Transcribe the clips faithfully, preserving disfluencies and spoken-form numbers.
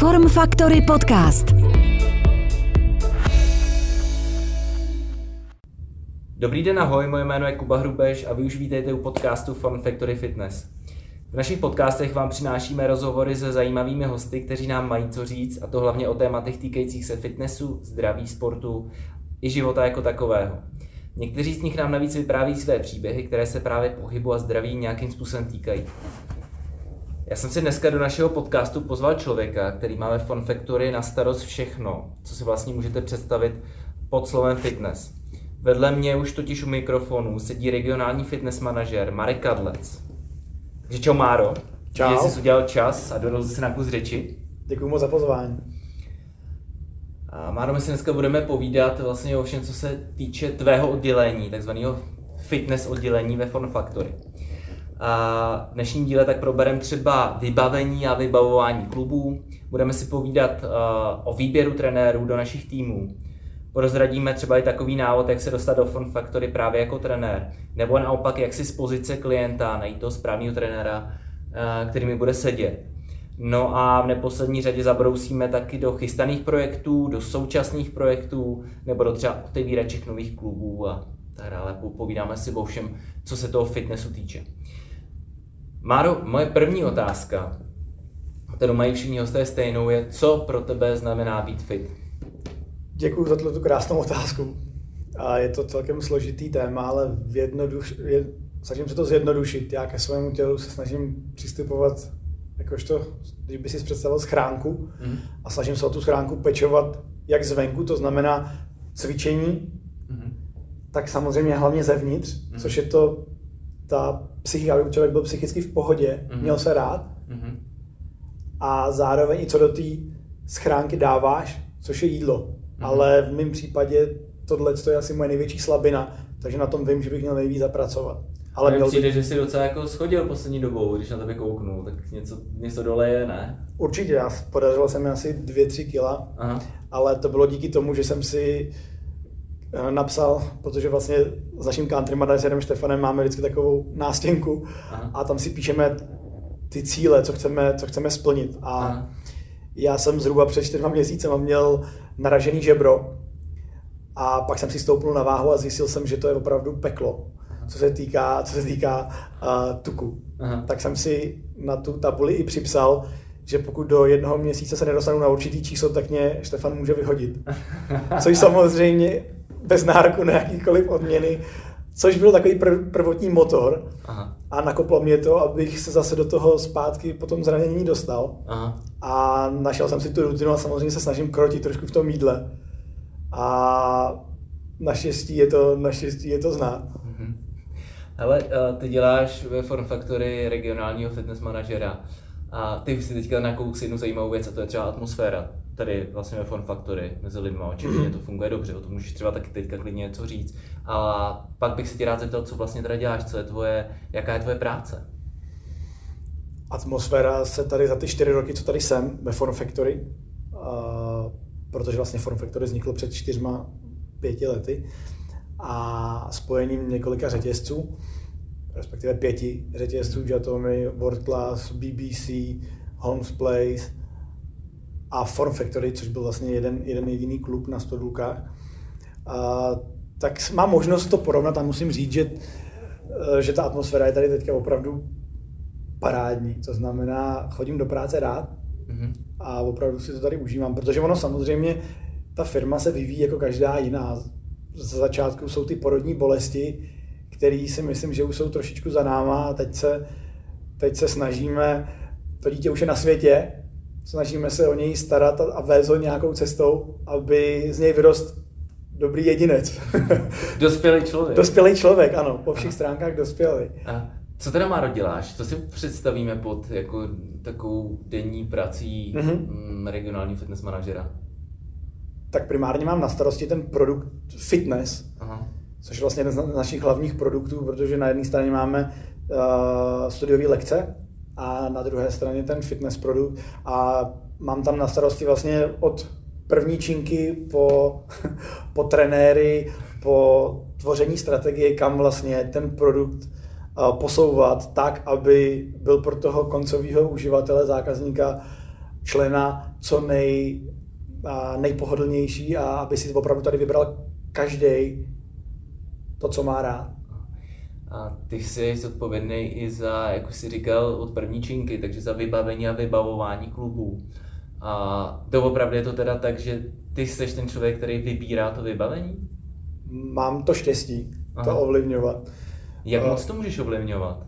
Form Factory Podcast. Dobrý den, ahoj, moje jméno je Kuba Hrubeš a vy už vítejte u podcastu Form Factory Fitness. V našich podcastech vám přinášíme rozhovory se zajímavými hosty, kteří nám mají co říct, a to hlavně o tématech týkajících se fitnessu, zdraví, sportu i života jako takového. Někteří z nich nám navíc vypráví své příběhy, které se právě pohybu a zdraví nějakým způsobem týkají. Já jsem si dneska do našeho podcastu pozval člověka, který má ve Form Factory na starost všechno, co si vlastně můžete představit pod slovem fitness. Vedle mě už totiž u mikrofonu sedí regionální fitness manažer Marek Kadlec. Takže čau Máro, čau. Že jsi udělal čas a dorazil si na kus řeči. Děkuji moc za pozvání. A Máro, my si dneska budeme povídat vlastně o všem, co se týče tvého oddělení, takzvaného fitness oddělení ve Form Factory. A v dnešním díle tak probereme třeba vybavení a vybavování klubů, budeme si povídat uh, o výběru trenérů do našich týmů. Prozradíme třeba i takový návod, jak se dostat do Form Factory právě jako trenér, nebo naopak, jak si z pozice klienta najít toho správného trenéra, který mi bude sedět. No a v neposlední řadě zabrousíme taky do chystaných projektů, do současných projektů, nebo do třeba otevíraček nových klubů a tak dále. Povídáme si o všem, co se toho fitnessu týče. Máro, moje první otázka, kterou mají všichni hosté stejnou, je, co pro tebe znamená být fit? Děkuji za tuto krásnou otázku. A je to celkem složitý téma, ale v jednoduš... je... snažím se to zjednodušit. Já ke svému tělu se snažím přistupovat jakožto, když by si představil schránku, mm. a snažím se o tu schránku pečovat jak zvenku, to znamená cvičení, mm. tak samozřejmě hlavně zevnitř, mm. což je to ta psychika, aby člověk byl psychicky v pohodě, mm. měl se rád, mm. a zároveň i co do té schránky dáváš, což je jídlo. Mm. Ale v mém případě tohle je asi moje největší slabina, takže na tom vím, že bych měl nejvíc zapracovat. Ale měl přijde, by... že jsi docela jako schodil poslední dobou, když na tebe kouknu, tak něco, něco dole je, ne? Určitě, já podařilo se mi asi dvě tři kila, Aha. ale to bylo díky tomu, že jsem si napsal, protože vlastně s naším country manažerem Štefanem máme vždycky takovou nástěnku, Aha. a tam si píšeme ty cíle, co chceme, co chceme splnit. A Aha. já jsem zhruba před čtyřma měsícema měl naražený žebro a pak jsem si stoupnul na váhu a zjistil jsem, že to je opravdu peklo. Co se týká, co se týká uh, tuku. Aha. Tak jsem si na tu tabuli i připsal, že pokud do jednoho měsíce se nedostanu na určitý číslo, tak mě Štefan může vyhodit. Což samozřejmě bez nároku na jakýkoliv odměny, což byl takový prv, prvotní motor. Aha. A nakoplo mě to, abych se zase do toho zpátky po tom zranění dostal. Aha. A našel jsem si tu rutinu a samozřejmě se snažím krotit trošku v tom jídle. A naštěstí je to, naštěstí je to znát. Mhm. Hele, ty děláš ve Form Factory regionálního fitness manažera a ty si teďka nakousl jednu zajímavou věc, a to je třeba atmosféra tady vlastně ve Form Factory mezi lidma. Očividně to funguje dobře, o tom můžeš třeba taky teďka klidně něco říct. A pak bych se tě rád zeptal, co vlastně teda děláš, co je tvoje, jaká je tvoje práce? Atmosféra se tady za ty čtyři roky, co tady jsem ve Form Factory, a, protože vlastně Form Factory vzniklo před čtyřma, pěti lety, a spojením několika řetězců, respektive pěti řetězců, Jatomy, World Class, B B C, Holmes Place a Form Factory, což byl vlastně jeden, jeden jediný klub na Stodulkách. A, tak mám možnost to porovnat a musím říct, že, že ta atmosféra je tady teďka opravdu parádní. To znamená, chodím do práce rád a opravdu si to tady užívám, protože ono samozřejmě, ta firma se vyvíjí jako každá jiná. Z začátku jsou ty porodní bolesti, které si myslím, že už jsou trošičku za náma, a teď se, teď se snažíme, to dítě už je na světě, snažíme se o něj starat a vést ho nějakou cestou, aby z něj vyrost dobrý jedinec. Dospělý člověk. Dospělý člověk, ano, po všech stránkách dospělý. A co teda, Máro, děláš? Co si představíme pod jako takovou denní prací mm-hmm. regionální fitness manažera? Tak primárně mám na starosti ten produkt fitness, Aha. což je vlastně jeden z našich hlavních produktů, protože na jedné straně máme uh, studiové lekce a na druhé straně ten fitness produkt, a mám tam na starosti vlastně od první činky po, po trenéry, po tvoření strategie, kam vlastně ten produkt uh, posouvat tak, aby byl pro toho koncového uživatele, zákazníka člena co nej, nejpohodlnější a aby si opravdu tady vybral každý to, co má rád. A ty jsi zodpovědný i za, jak jsi říkal, od první činky, takže za vybavení a vybavování klubů. A doopravdy je to teda tak, že ty jsi ten člověk, který vybírá to vybavení? Mám to štěstí, Aha. to ovlivňovat. Jak moc to můžeš ovlivňovat?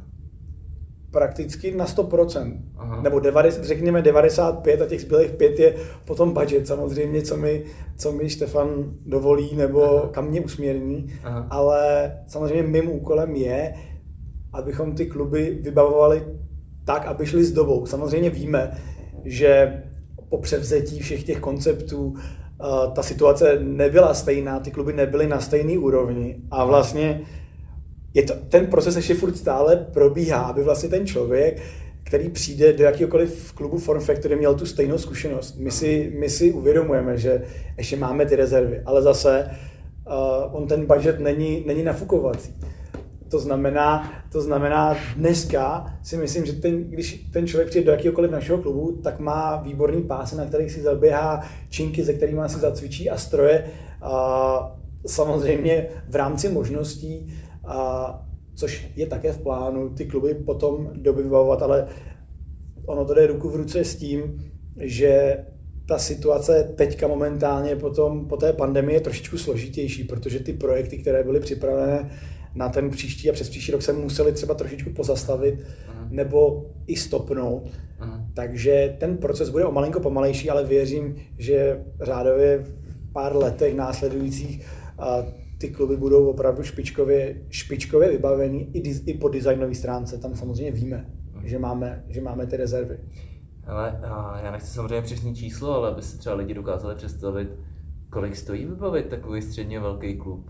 Prakticky na sto procent. Aha. Nebo devadesát, řekněme devadesát pět a těch zbylých pět je potom budget samozřejmě, co mi, co mi Štefan dovolí nebo Aha. kam mě usměrní. Aha. Ale samozřejmě mým úkolem je, abychom ty kluby vybavovali tak, aby šli s dobou. Samozřejmě víme, že po převzetí všech těch konceptů ta situace nebyla stejná, ty kluby nebyly na stejné úrovni a vlastně je to, ten proces ještě furt stále probíhá, aby vlastně ten člověk, který přijde do jakýkoliv klubu Form Factory, měl tu stejnou zkušenost. My si, my si uvědomujeme, že ještě máme ty rezervy, ale zase uh, on ten budget není, není nafukovací. To znamená, to znamená, dneska si myslím, že ten, když ten člověk přijde do jakýkoliv našeho klubu, tak má výborný pásy, na kterých si zaběhá, činky, ze kterými si zacvičí a stroje. A samozřejmě v rámci možností, a což je také v plánu, ty kluby potom doby vybavovat, ale ono to jde ruku v ruce s tím, že ta situace teďka momentálně potom, po té pandemii je trošičku složitější, protože ty projekty, které byly připravené na ten příští a přes příští rok, se museli třeba trošičku pozastavit Aha. nebo i stopnout. Aha. Takže ten proces bude o malinko pomalejší, ale věřím, že řádově v pár letech následujících ty kluby budou opravdu špičkově, špičkově vybavený i, i po designové stránce. Tam samozřejmě víme, že máme, že máme ty rezervy. Ale já nechci samozřejmě přesný číslo, ale aby si třeba lidi dokázali představit, kolik stojí vybavit takový středně velký klub.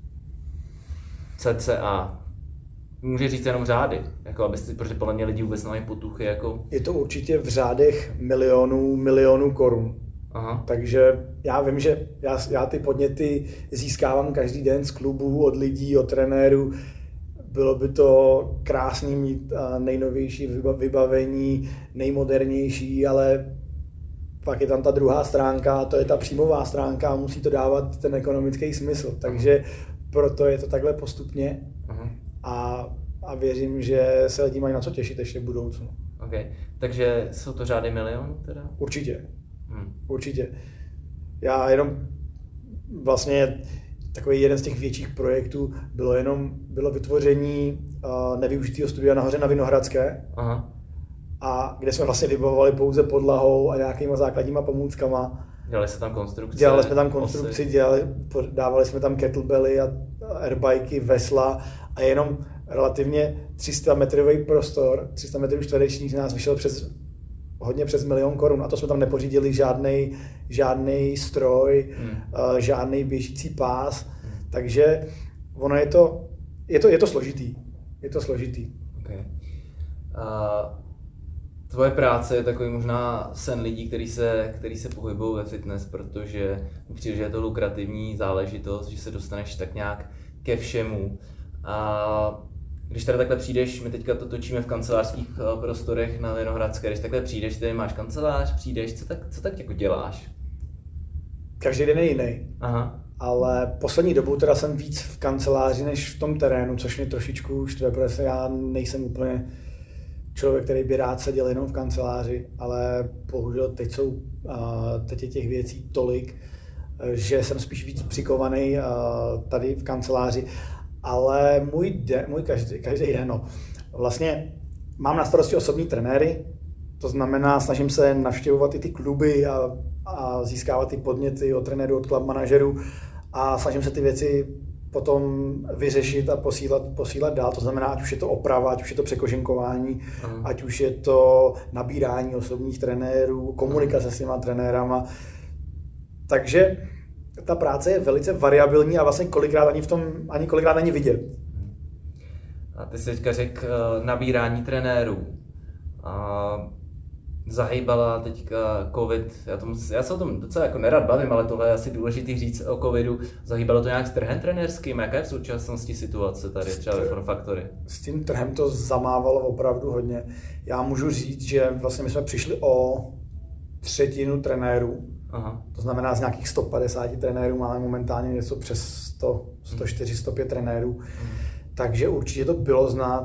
cca. Může říct jenom řády, jako abyste, protože podle mě lidi vůbec nemají potuchy. Jako... Je to určitě v řádech milionů, milionů korun. Aha. Takže já vím, že já, já ty podněty získávám každý den z klubů, od lidí, od trenérů. Bylo by to krásný mít nejnovější vybavení, nejmodernější, ale pak je tam ta druhá stránka, to je ta příjmová stránka a musí to dávat ten ekonomický smysl. Takže proto je to takhle postupně a, a věřím, že se lidi mají na co těšit ještě v budoucnu. Okay. Takže jsou to řády milionů teda? Určitě. Hmm. Určitě. Já jenom vlastně takový jeden z těch větších projektů bylo jenom bylo vytvoření uh, nevyužitého studia nahoře na Vinohradské. Aha. A kde jsme vlastně vybavovali pouze podlahou a nějakýma základníma pomůckama. Dělali jsme tam konstrukce. Dělali jsme tam konstrukci, dělali, dávali jsme tam kettlebelly a airbajky, vesla a jenom relativně tři sta metrový prostor, tři sta metrů čtverečních z nás vyšel přes hodně přes milion korun a to jsme tam nepořídili žádnej, žádnej stroj, hmm. uh, žádnej běžící pás, hmm. takže ono je to, je to, je to složitý, je to složitý. Okay. Uh, tvoje práce je takový možná sen lidí, kteří se, který se pohybují ve fitness, protože mi přijde, že je to lukrativní záležitost, že se dostaneš tak nějak ke všemu. A když tady takhle přijdeš, my teďka to točíme v kancelářských prostorech na Vinohradské, když takhle přijdeš, tady máš kancelář, přijdeš, co tak, co tak jako děláš? Každý den je jiný. Aha. Ale poslední dobou teda jsem víc v kanceláři než v tom terénu, což mě trošičku štve, protože já nejsem úplně člověk, který by rád seděl jenom v kanceláři, ale bohužel teď jsou teď je těch věcí tolik, že jsem spíš víc přikovaný tady v kanceláři. Ale můj, den, můj každý, každý den, no. Vlastně mám na starosti osobní trenéry, to znamená, snažím se navštěvovat i ty kluby a, a získávat ty podněty od trenérů, od club manažerů a snažím se ty věci potom vyřešit a posílat, posílat dál. To znamená, ať už je to oprava, ať už je to překoženkování, mm. ať už je to nabírání osobních trenérů, komunikace s těma trenérama. Takže ta práce je velice variabilní a vlastně kolikrát ani v tom, ani kolikrát není vidět. A ty jsi teďka řekl nabírání trenérů. A zahýbala teďka covid, já, tomu, já se o tom docela jako nerad bavím, ale tohle je asi důležitý říct o covidu. Zahýbalo to nějak s trhem trenérským? Jaká je v současnosti situace tady třeba ve Form Factory? S tím trhem to zamávalo opravdu hodně. Já můžu říct, že vlastně my jsme přišli o třetinu trenérů. Aha. To znamená, z nějakých sto padesáti trenérů máme momentálně něco přes sto, sto čtyři, sto pět trenérů. Hmm. Takže určitě to bylo znát.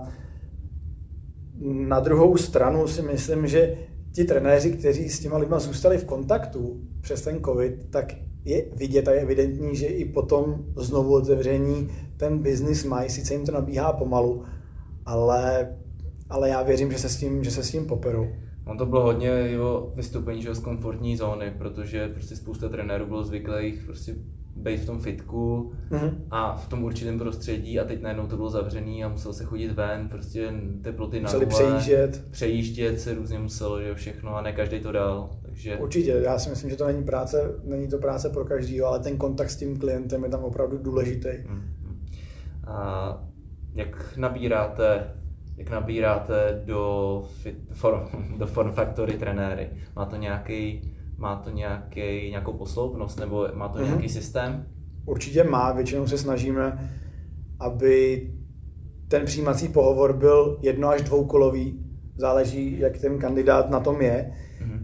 Na druhou stranu si myslím, že ti trenéři, kteří s těma lidma zůstali v kontaktu přes ten covid, tak je vidět a je evidentní, že i po tom znovu otevření ten biznis mají, sice jim to nabíhá pomalu, ale, ale já věřím, že se s tím, že se s tím poperou. On to bylo hodně jeho vystoupení že z komfortní zóny, protože prostě spousta trenérů bylo zvyklých prostě být v tom fitku mm-hmm. a v tom určitém prostředí a teď najednou to bylo zavřený a musel se chodit ven, prostě teploty na nule. přejíždět. Přejíždět se různě muselo, že všechno a ne každý to dal. Takže... Určitě, já si myslím, že to není práce, není to práce pro každýho, ale ten kontakt s tím klientem je tam opravdu důležitý. Mm-hmm. A jak nabíráte Jak nabíráte do, fit, for, do Form Factory trenéry? Má to nějaký, má to nějaký, nějakou posloupnost nebo má to mm-hmm. nějaký systém? Určitě má, většinou se snažíme, aby ten přijímací pohovor byl jedno až dvoukolový, záleží, jak ten kandidát na tom je. Mm-hmm.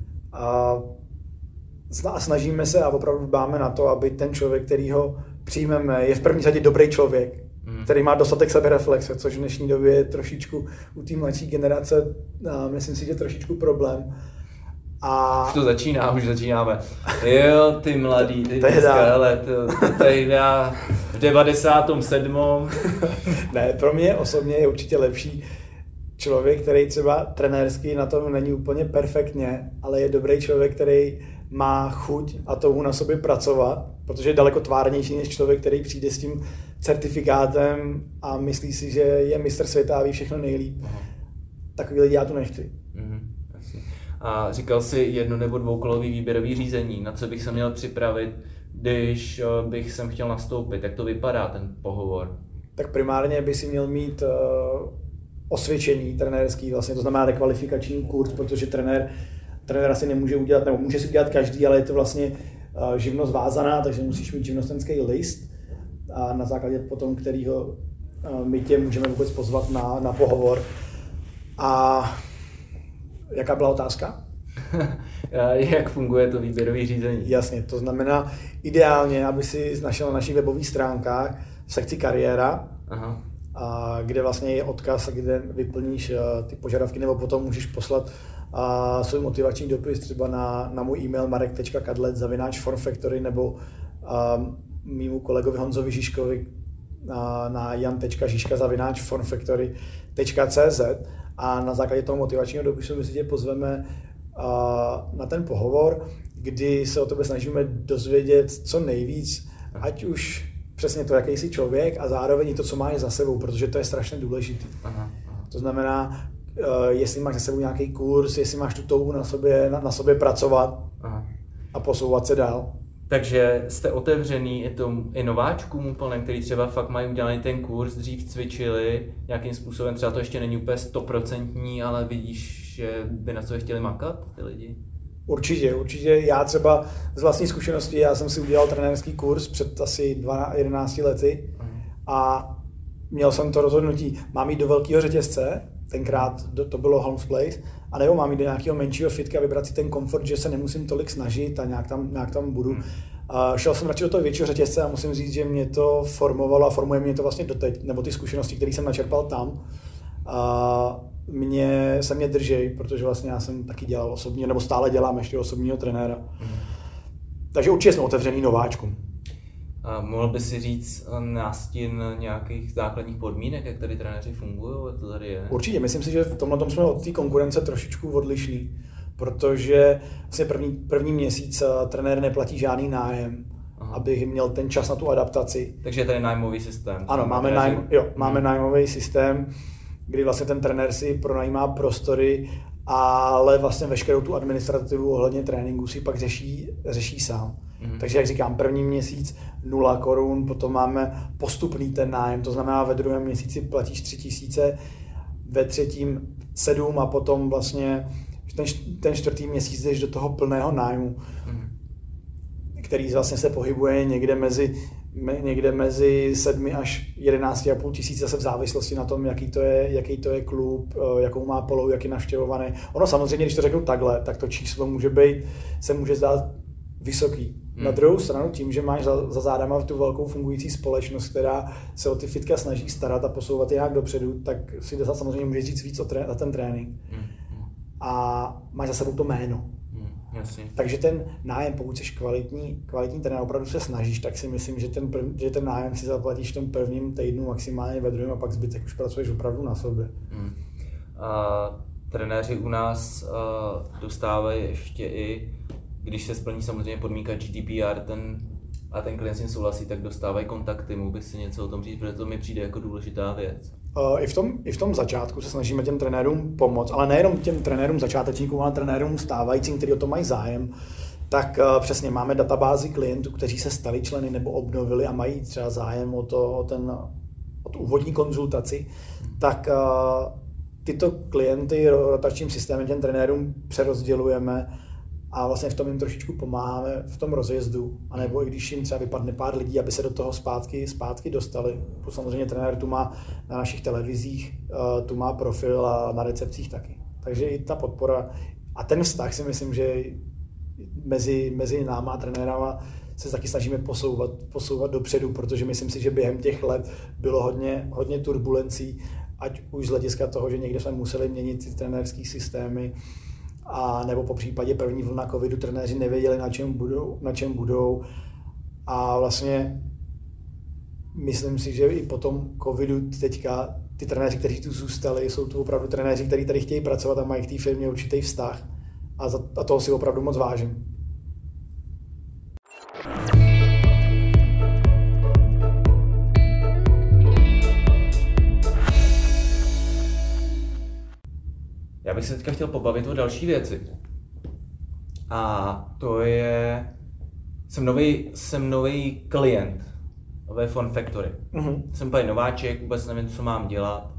A snažíme se a opravdu dbáme na to, aby ten člověk, který ho přijmeme, je v první řadě dobrý člověk, mm. který má dostatek sebereflexe, což v dnešní době je trošičku u té mladší generace, myslím si, že trošičku problém. A... Už to začíná, už začínáme. Jo, ty mladý, ty dneska, hele, to, to tady já v devadesátém sedmém Ne, pro mě osobně je určitě lepší člověk, který třeba trenérsky na tom není úplně perfektně, ale je dobrý člověk, který má chuť a touhu na sobě pracovat, protože je daleko tvárnější než člověk, který přijde s tím certifikátem a myslí si, že je mistr světa a ví všechno nejlíp. Aha. Takový lidi já tu nechci. Mhm, a říkal jsi jedno nebo dvoukolový výběrový řízení, na co bych se měl připravit, když bych sem chtěl nastoupit, jak to vypadá ten pohovor? Tak primárně by si měl mít uh, osvědčení trenérský, vlastně to znamená rekvalifikační kurz, protože trenér trenér asi nemůže udělat, nebo může si udělat každý, ale je to vlastně uh, živnost vázaná, takže musíš mít živnostenský list, a na základě potom, kterýho uh, my tě můžeme vůbec pozvat na, na pohovor. A jaká byla otázka? Jak funguje to výběrové řízení? Jasně, to znamená ideálně, aby si našel na našich webových stránkách v sekci kariéra, aha. A kde vlastně je odkaz, kde vyplníš uh, ty požadavky, nebo potom můžeš poslat uh, svůj motivační dopis třeba na, na můj e-mail marek tečka kadlec zavináč formfactory nebo uh, mýmu kolegovi Honzovi Žižkovi uh, na jan tečka žižka zavináč formfactory tečka cé zet a na základě toho motivačního dopisu my si tě pozveme uh, na ten pohovor, kdy se o tebe snažíme dozvědět co nejvíc, ať už přesně to, jaký jsi člověk a zároveň i to, co máš za sebou, protože to je strašně důležité. To znamená, uh, jestli máš za sebou nějaký kurz, jestli máš tu touhu na sobě, na, na sobě pracovat aha. a posouvat se dál. Takže jste otevřený i, tom, i nováčkům úplně, který třeba fakt mají udělaný ten kurz, dřív cvičili nějakým způsobem, třeba to ještě není úplně stoprocentní, ale vidíš, že by na co chtěli makat ty lidi? Určitě, určitě. Já třeba z vlastní zkušenosti, já jsem si udělal trenérský kurz před asi dvanácti jedenácti lety a měl jsem to rozhodnutí, mám jít do velkého řetězce, tenkrát to bylo Holmes Place, a nebo mám jít do nějakého menšího fitka a vybrat si ten komfort, že se nemusím tolik snažit a nějak tam, nějak tam budu. A šel jsem radši do toho většího řetězce a musím říct, že mě to formovalo a formuje mě to vlastně doteď, nebo ty zkušenosti, které jsem načerpal tam. A mě, se mě držej, protože vlastně já jsem taky dělal osobně, nebo stále dělám ještě osobního trenéra. Mm. Takže určitě jsme otevřený nováčkům. A mohl by si říct nástin nějakých základních podmínek, jak tady trenéři fungují, jak to tady je? Určitě, myslím si, že v tomhle tom jsme od té konkurence trošičku odlišní, protože vlastně první, první měsíc trenér neplatí žádný nájem, aha. aby měl ten čas na tu adaptaci. Takže je tady nájmový systém. Ano, máme, nájm, jo, máme hmm. nájmový systém, kdy vlastně ten trenér si pronajímá prostory, ale vlastně veškerou tu administrativu ohledně tréninku si pak řeší, řeší sám. Mm. Takže jak říkám, první měsíc nula korun, potom máme postupný ten nájem, to znamená ve druhém měsíci platíš tři tisíce, ve třetím sedm a potom vlastně ten, ten čtvrtý měsíc jdeš do toho plného nájmu, mm. který vlastně se pohybuje někde mezi někde mezi sedmi až jedenácti a půl tisíce zase v závislosti na tom, jaký to je, jaký to je klub, jakou má polou, jak je navštěvovaný. Ono samozřejmě, když to řeknu takhle, tak to číslo může být, se může zdát vysoký. Hmm. Na druhou stranu tím, že máš za, za zádama tu velkou fungující společnost, která se o ty fitka snaží starat a posouvat je nějak dopředu, tak si to samozřejmě může říct víc o, tré, o ten trénink. Hmm. A máš za sebou to jméno. Hmm. Jasně. Takže ten nájem, pokud jsi kvalitní, kvalitní trenér, opravdu se snažíš, tak si myslím, že ten, prv, že ten nájem si zaplatíš v tom prvním týdnu, maximálně ve druhém a pak zbytek už pracuješ opravdu na sobě. Hmm. A trenéři u nás uh, dostávají ještě i, když se splní samozřejmě podmínka G D P R ten, a ten klient s tím souhlasí, tak dostávají kontakty. Mohl bych si něco o tom říct, protože to mi přijde jako důležitá věc. I v, tom, I v tom začátku se snažíme těm trenérům pomoct, ale nejenom těm trenérům začátečníkům, ale trenérům stávajícím, kteří o to mají zájem. Tak uh, přesně máme databázi klientů, kteří se stali členy nebo obnovili a mají třeba zájem o, to, o, ten, o tu úvodní konzultaci. Tak uh, tyto klienty rotačním systémem těm trenérům přerozdělujeme a vlastně v tom jim trošičku pomáháme v tom rozjezdu, anebo i když jim třeba vypadne pár lidí, aby se do toho zpátky, zpátky dostali. Samozřejmě trenér tu má na našich televizích, tu má profil a na recepcích taky. Takže i ta podpora a ten vztah si myslím, že mezi, mezi náma a trenérama se taky snažíme posouvat, posouvat dopředu, protože myslím si, že během těch let bylo hodně, hodně turbulencí, ať už z hlediska toho, že někde jsme museli měnit ty trenérské systémy, a nebo po případě první vlna covidu trenéři nevěděli, na čem budou, na čem budou. A vlastně myslím si, že i po tom covidu teďka ty trenéři, kteří tu zůstali, jsou tu opravdu trenéři, kteří tady chtějí pracovat a mají k té firmě určitý vztah. A, za, a toho si opravdu moc vážím. Já bych se teďka chtěl pobavit o další věci. A to je, jsem nový, jsem nový klient ve Fun Factory. Mm-hmm. Jsem úplně nováček, vůbec nevím, co mám dělat.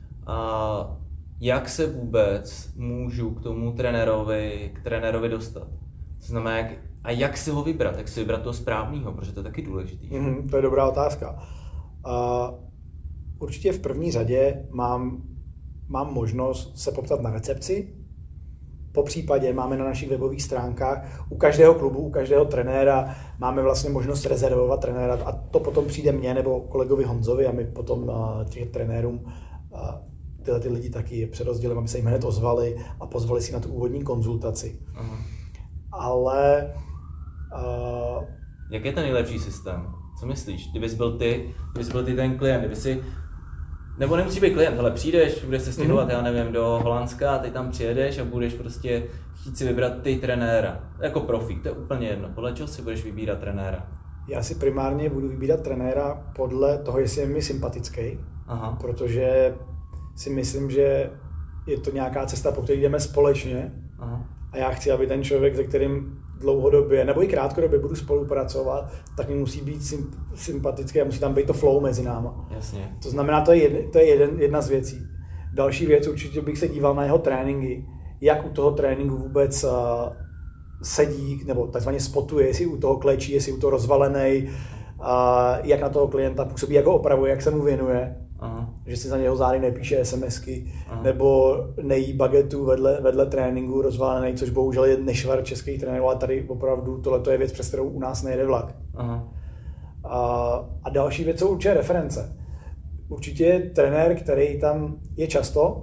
A jak se vůbec můžu k tomu trenérovi, k trenérovi dostat? To znamená, jak, a jak si ho vybrat, jak si vybrat toho správného, protože to je taky důležitý. Mm-hmm, to je dobrá otázka. Uh, určitě v první řadě mám Mám možnost se poptat na recepci. Po případě máme na našich webových stránkách u každého klubu, u každého trenéra máme vlastně možnost rezervovat trenéra a to potom přijde mně nebo kolegovi Honzovi a my potom těch trenérům tyhle ty lidi taky přerozdělíme, aby se jim hned ozvali a pozvali si na tu úvodní konzultaci. Aha. Ale... Uh, Jak je ten nejlepší systém? Co myslíš? Kdybys byl ty, kdybys byl ty ten klient, kdyby si Nebo nemusí být klient, ale přijdeš, budeš se stěhovat, mm-hmm. já nevím, do Holandska, ty tam přijedeš a budeš prostě chtít si vybrat ty trenéra. Jako profík, to je úplně jedno. Podle čeho si budeš vybírat trenéra? Já si primárně budu vybírat trenéra podle toho, jestli je mi sympatický, Aha. protože si myslím, že je to nějaká cesta, po které jdeme společně Aha. a já chci, aby ten člověk, se kterým dlouhodobě nebo i krátkodobě budu spolupracovat, tak mi musí být sympatický a musí tam být to flow mezi náma. Jasně. To znamená, to je, jedna, to je jeden, jedna z věcí. Další věc, určitě bych se díval na jeho tréninky, jak u toho tréninku vůbec uh, sedí, nebo takzvaně spotuje, jestli u toho klečí, jestli u toho rozvalenej, uh, jak na toho klienta působí, jak ho opravuje, jak se mu věnuje. Aha. Že si za něho zády nepíše SMSky, Aha. nebo nejí bagetu vedle, vedle tréninku rozvalenej, což bohužel je nešvar českých trenérů, ale tady opravdu tohle je věc, přes kterou u nás nejde vlak. Aha. A, a další věc jsou určitě reference. Určitě trenér, který tam je často,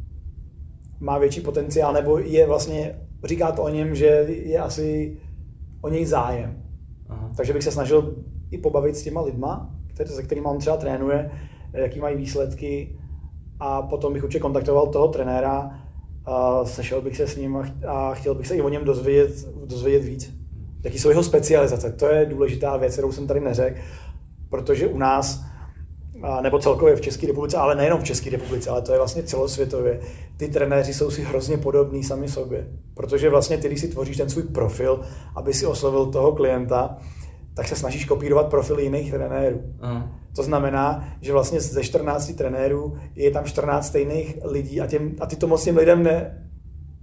má větší potenciál, nebo je vlastně, říká to o něm, že je asi o něj zájem. Aha. Takže bych se snažil i pobavit s těma lidma, který, se kterými on třeba trénuje, jaký mají výsledky a potom bych určitě kontaktoval toho trenéra, a sešel bych se s ním a chtěl bych se i o něm dozvědět, dozvědět víc. Jaký jsou jeho specializace, to je důležitá věc, kterou jsem tady neřekl, protože u nás, nebo celkově v České republice, ale nejenom v České republice, ale to je vlastně celosvětově, ty trenéři jsou si hrozně podobní sami sobě, protože vlastně ty, když si tvoříš ten svůj profil, aby si oslovil toho klienta, tak se snažíš kopírovat profily jiných trenérů. Uh. To znamená, že vlastně ze čtrnácti trenérů je tam čtrnáct stejných lidí a, těm, a ty to moc těm lidem ne,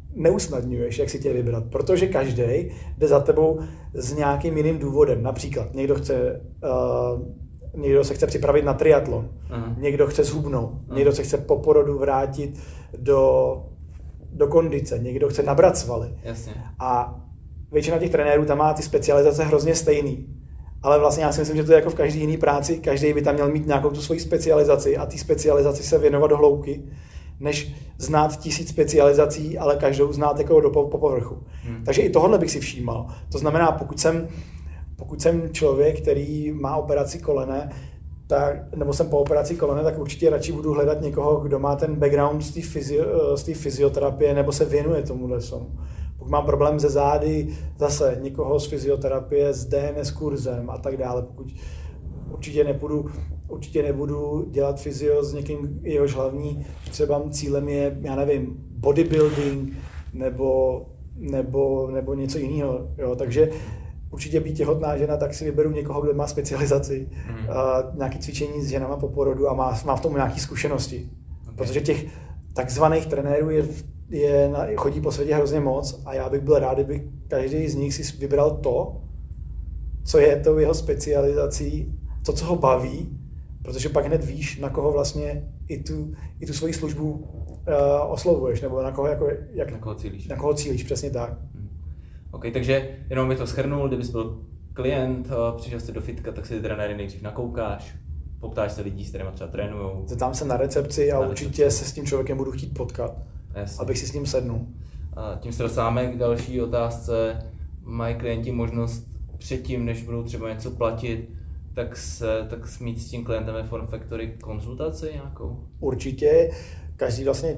neusnadňuješ, jak si tě vybrat, protože každý jde za tebou s nějakým jiným důvodem. Například někdo chce, uh, někdo se chce připravit na triatlon, aha, někdo chce zhubnout, aha, někdo se chce po porodu vrátit do, do kondice, někdo chce nabrat svaly. Jasně. A většina těch trenérů tam má ty specializace hrozně stejný. Ale vlastně já si myslím, že to je jako v každé jiné práci, každý by tam měl mít nějakou tu svoji specializaci a té specializaci se věnovat do hloubky, než znát tisíc specializací, ale každou znát jako do, po, po povrchu. Hmm. Takže i tohle bych si všímal. To znamená, pokud jsem, pokud jsem člověk, který má operaci kolene, tak, nebo jsem po operaci kolene, tak určitě radši budu hledat někoho, kdo má ten background z té fyzio, z té fyzioterapie nebo se věnuje tomuhle somu. Pokud mám problém ze zády, zase někoho z fyzioterapie, s D N S kurzem a tak dále. Pokud určitě nebudu, určitě nebudu dělat fyzio s někým, jehož hlavní třeba cílem je, já nevím, bodybuilding nebo, nebo, nebo něco jiného. Jo? Takže určitě být těhotná žena, tak si vyberu někoho, kdo má specializaci, mm. a nějaké cvičení s ženama po porodu a má, má v tom nějaké zkušenosti. Okay. Protože těch takzvaných trenérů je, je, chodí po světě hrozně moc a já bych byl rád, kdyby každý z nich si vybral to, co je to jeho specializací, to, co ho baví, protože pak hned víš, na koho vlastně i tu, i tu svoji službu uh, oslovuješ, nebo na koho, jako, jak, na koho cílíš. Na koho cílíš, přesně tak. Hmm. OK, takže jenom mi to shrnul, kdybys byl klient, přišel jsi do fitka, tak si ty trenéry nejdřív nakoukáš, poptáš se lidí, s kterými třeba trénujou. Zeptám se na recepci a na určitě recepci. se s tím člověkem budu chtít potkat, Jasně. abych si s ním sednul. A tím se dostáváme k další otázce. Mají klienti možnost předtím, než budou třeba něco platit, tak se tak mít s tím klientem ve Form Factory konzultaci nějakou? Určitě. Každý vlastně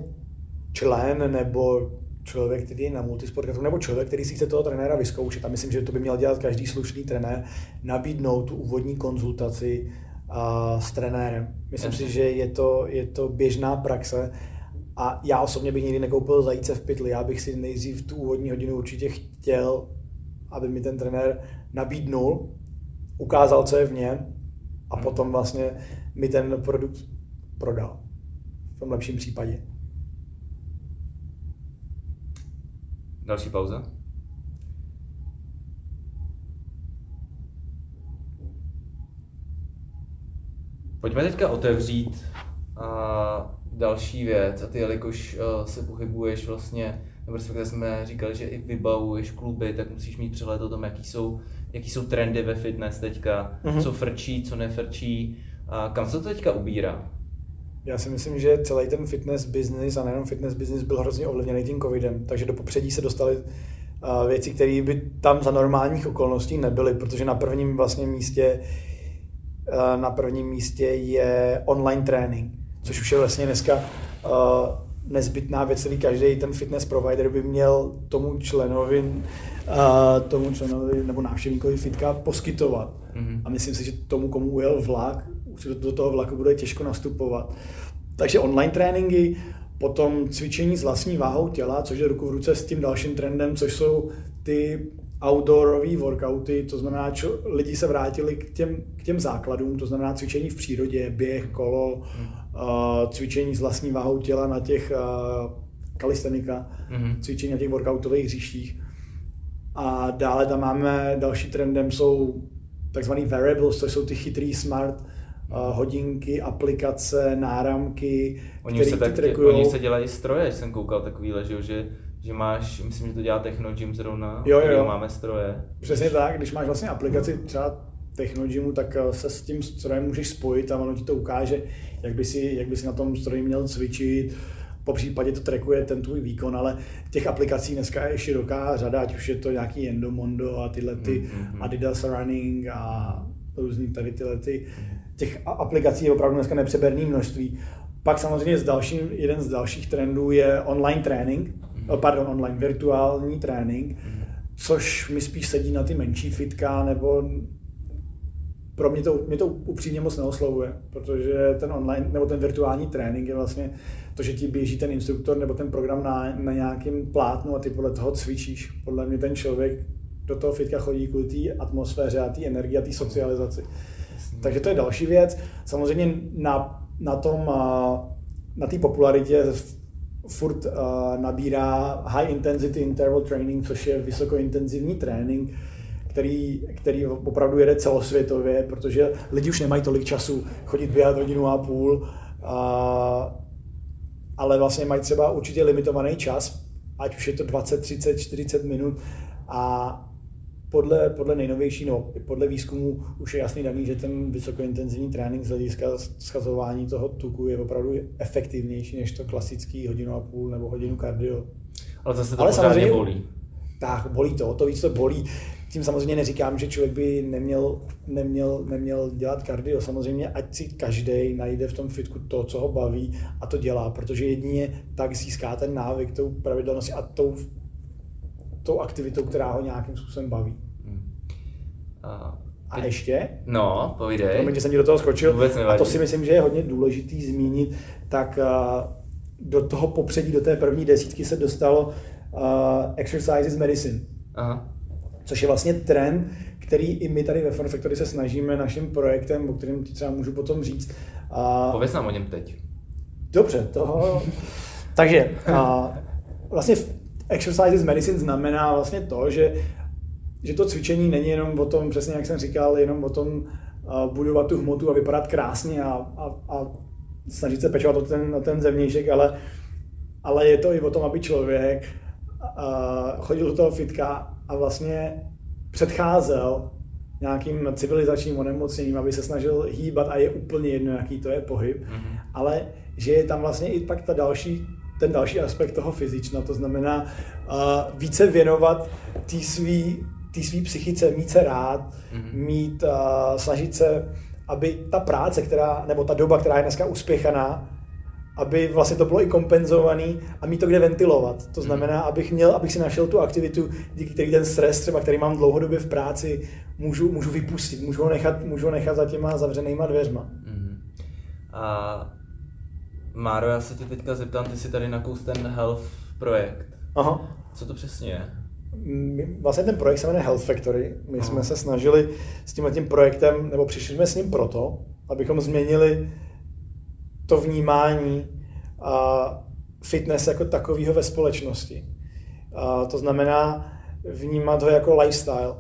člen nebo člověk, který je na multisportu, nebo člověk, který si chce toho trenéra vyzkoušet, a myslím, že to by měl dělat každý slušný trenér, nabídnout tu úvodní konzultaci a, s trenérem. Myslím Jasně. si, že je to, je to běžná praxe a já osobně bych nikdy nekoupil zajíce v pytli. Já bych si nejdřív tu úvodní hodinu určitě chtěl, aby mi ten trenér nabídnul, ukázal, co je v něm a hmm. potom vlastně mi ten produkt prodal. V tom lepším případě. Další pauza. Pojďme teďka otevřít a další věc, a ty, jelikož uh, se pohybuješ vlastně, nebo respektive jsme říkali, že i vybavuješ kluby, tak musíš mít přehled o tom, jaký jsou, jaký jsou trendy ve fitness teďka, mm-hmm. co frčí, co nefrčí, a kam se to teďka ubírá? Já si myslím, že celý ten fitness business a nejenom fitness business byl hrozně ovlivněný tím covidem, takže do popředí se dostaly uh, věci, které by tam za normálních okolností nebyly, protože na prvním vlastně místě uh, na prvním místě je online trénink, což už je vlastně dneska uh, nezbytná věc, který každý ten fitness provider by měl tomu členovi, uh, tomu členovi nebo návštěvníkovi fitka poskytovat. Mm-hmm. A myslím si, že tomu, komu ujel vlak, už do toho vlaku bude těžko nastupovat. Takže online tréninky, potom cvičení s vlastní váhou těla, což je ruku v ruce s tím dalším trendem, což jsou ty outdoorové workouty, to znamená, že lidi se vrátili k těm, k těm základům, to znamená cvičení v přírodě, běh, kolo, mm. uh, cvičení s vlastní váhou těla na těch uh, kalistenika, mm. cvičení na těch workoutových hřištích. A dále tam máme, další trendem jsou takzvaný wearables, což jsou ty chytrý smart uh, hodinky, aplikace, náramky, oni které ty trackujou. Oni se dělají stroje, jsem koukal takovýhle, že, že, že máš, myslím, že to dělá Technogym zrovna, jo, jo. máme stroje. Přesně když... tak, když máš vlastně aplikaci třeba Technogymu, tak se s tím strojem můžeš spojit a ono ti to ukáže, jak by si, jak by si na tom stroji měl cvičit. Po případě to trackuje ten tvůj výkon, ale těch aplikací dneska je široká řada, ať už je to nějaký Endomondo a tyhle ty mm-hmm. Adidas Running a různý tady tyhle ty. Těch aplikací je opravdu dneska nepřeberné množství. Pak samozřejmě z dalším, jeden z dalších trendů je online trénink, mm-hmm. pardon, online virtuální trénink, mm-hmm. což mi spíš sedí na ty menší fitka, nebo pro mě to, mě to upřímně moc neoslovuje, protože ten online nebo ten virtuální trénink je vlastně to, že ti běží ten instruktor nebo ten program na, na nějakém plátnu a ty podle toho cvičíš. Podle mě ten člověk do toho fitka chodí kvůli té atmosféře a té energii a té socializaci. Takže to je další věc. Samozřejmě na, na tom, na té popularitě furt uh, nabírá high intensity interval training, což je vysokointenzivní trénink, který, který opravdu jede celosvětově, protože lidi už nemají tolik času chodit běhat hodinu a půl, uh, ale vlastně mají třeba určitě limitovaný čas, ať už je to dvacet, třicet, čtyřicet minut a podle, podle nejnovější, no, podle výzkumu už je jasný daný, že ten vysokointenzivní trénink z hlediska schazování toho tuku je opravdu efektivnější než to klasický hodinu a půl nebo hodinu kardio. Ale zase to pořádně bolí. Tak, bolí to, to víc to bolí. Tím samozřejmě neříkám, že člověk by neměl, neměl, neměl dělat kardio. Samozřejmě, ať si každý najde v tom fitku to, co ho baví a to dělá, protože jedině tak získá ten návyk tou pravidelností a tou, tou aktivitou, která ho nějakým způsobem baví. Hmm. A, a ještě? No, povídej. Promiň, že jsem ti do toho skočil. A to si myslím, že je hodně důležitý zmínit. Tak uh, do toho popředí, do té první desítky se dostalo uh, Exercise is Medicine. Aha. Což je vlastně trend, který i my tady ve Fun Factory se snažíme naším projektem, o kterém ti třeba můžu potom říct. Uh, Pověz nám o něm teď. Dobře, toho... Takže uh, vlastně Exercise is Medicine znamená vlastně to, že, že to cvičení není jenom o tom, přesně jak jsem říkal, jenom o tom uh, budovat tu hmotu a vypadat krásně a, a, a snažit se pečovat o ten, o ten zevnějšek, ale, ale je to i o tom, aby člověk uh, chodil do toho fitka a vlastně předcházel nějakým civilizačním onemocněním, aby se snažil hýbat a je úplně jedno, jaký to je pohyb, mm-hmm. ale že je tam vlastně i pak ta další, ten další aspekt toho fyzična, to znamená uh, více věnovat té svý, té svý psychice, mít se rád, mm-hmm. mít, uh, snažit se, aby ta práce, která, nebo ta doba, která je dneska uspěchaná, aby vlastně to bylo i kompenzovaný a mít to kde ventilovat. To znamená, abych měl, abych si našel tu aktivitu, díky který ten stres třeba, který mám dlouhodobě v práci, můžu, můžu vypustit, můžu ho nechat, můžu ho nechat za těma zavřenýma dveřma. Mm. A Máro, já se tě teďka zeptám, ty jsi tady nakous ten Health projekt. Aha. Co to přesně je? Vlastně ten projekt se jmenuje Health Factory. My Aha. jsme se snažili s tímhletím projektem, nebo přišli jsme s ním proto, abychom změnili to vnímání a fitness jako takového ve společnosti. A to znamená vnímat ho jako lifestyle,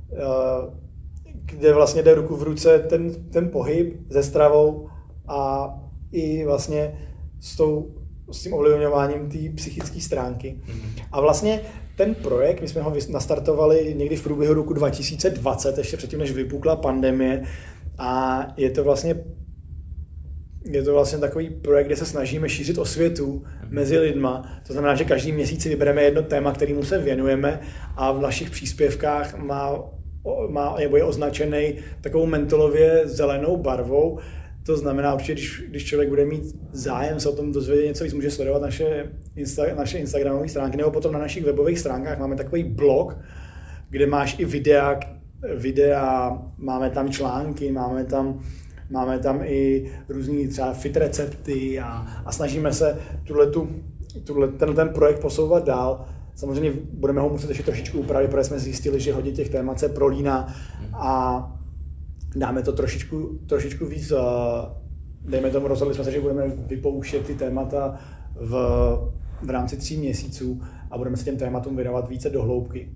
kde vlastně jde ruku v ruce ten, ten pohyb se stravou a i vlastně s, tou, s tím ovlivňováním té psychické stránky. Mm-hmm. A vlastně ten projekt, my jsme ho nastartovali někdy v průběhu roku dva tisíce dvacet, ještě předtím, než vypukla pandemie, a je to vlastně Je to vlastně takový projekt, kde se snažíme šířit osvětu mezi lidma. To znamená, že každý měsíc si vybereme jedno téma, kterému se věnujeme a v našich příspěvkách má, má, nebo je označený takovou mentolově zelenou barvou. To znamená, určitě, když, když člověk bude mít zájem se o tom dozvědět něco víc, může sledovat naše, Insta, naše Instagramové stránky, nebo potom na našich webových stránkách máme takový blog, kde máš i videa, videa máme tam články, máme tam Máme tam i různý třeba fit recepty a, a snažíme se tuhletu, tuhle, ten, ten projekt posouvat dál. Samozřejmě budeme ho muset ještě trošičku upravit, protože jsme zjistili, že hodně těch témat se prolíná a dáme to trošičku, trošičku víc, dejme tomu, rozhodli jsme se, že budeme vypouštět ty témata v, v rámci tří měsíců a budeme se těm tématům věnovat více do hloubky.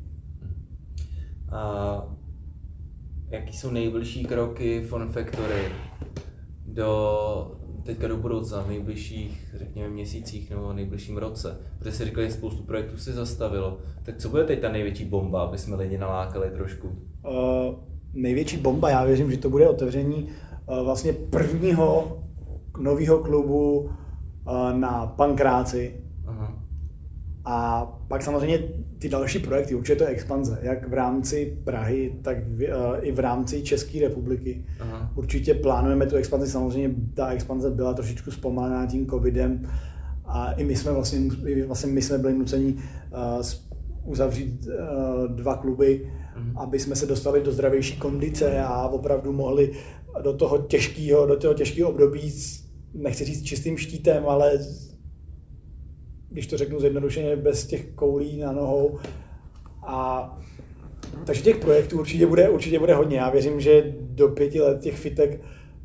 A jaký jsou nejbližší kroky Fun Factory do, teďka do budoucna, v nejbližších, řekněme, měsících nebo v nejbližším roce? Protože si říkali, že spoustu projektů se zastavilo. Tak co bude teď ta největší bomba, aby jsme lidi nalákali trošku? Uh, největší bomba, já věřím, že to bude otevření uh, vlastně prvního nového klubu uh, na Pankráci. Aha. A pak samozřejmě ty další projekty, určitě to je expanze, jak v rámci Prahy, tak v, uh, i v rámci České republiky. Aha. Určitě plánujeme tu expanzi, samozřejmě ta expanze byla trošičku zpomalená tím covidem a i my jsme vlastně, vlastně my jsme byli nuceni uh, uzavřít uh, dva kluby, mhm. aby jsme se dostali do zdravější kondice a opravdu mohli do toho těžkého, do toho těžkého období, nechci říct čistým štítem, ale když to řeknu zjednodušeně, bez těch koulí na nohou. A takže těch projektů určitě bude, určitě bude hodně. Já věřím, že do pěti let těch fitek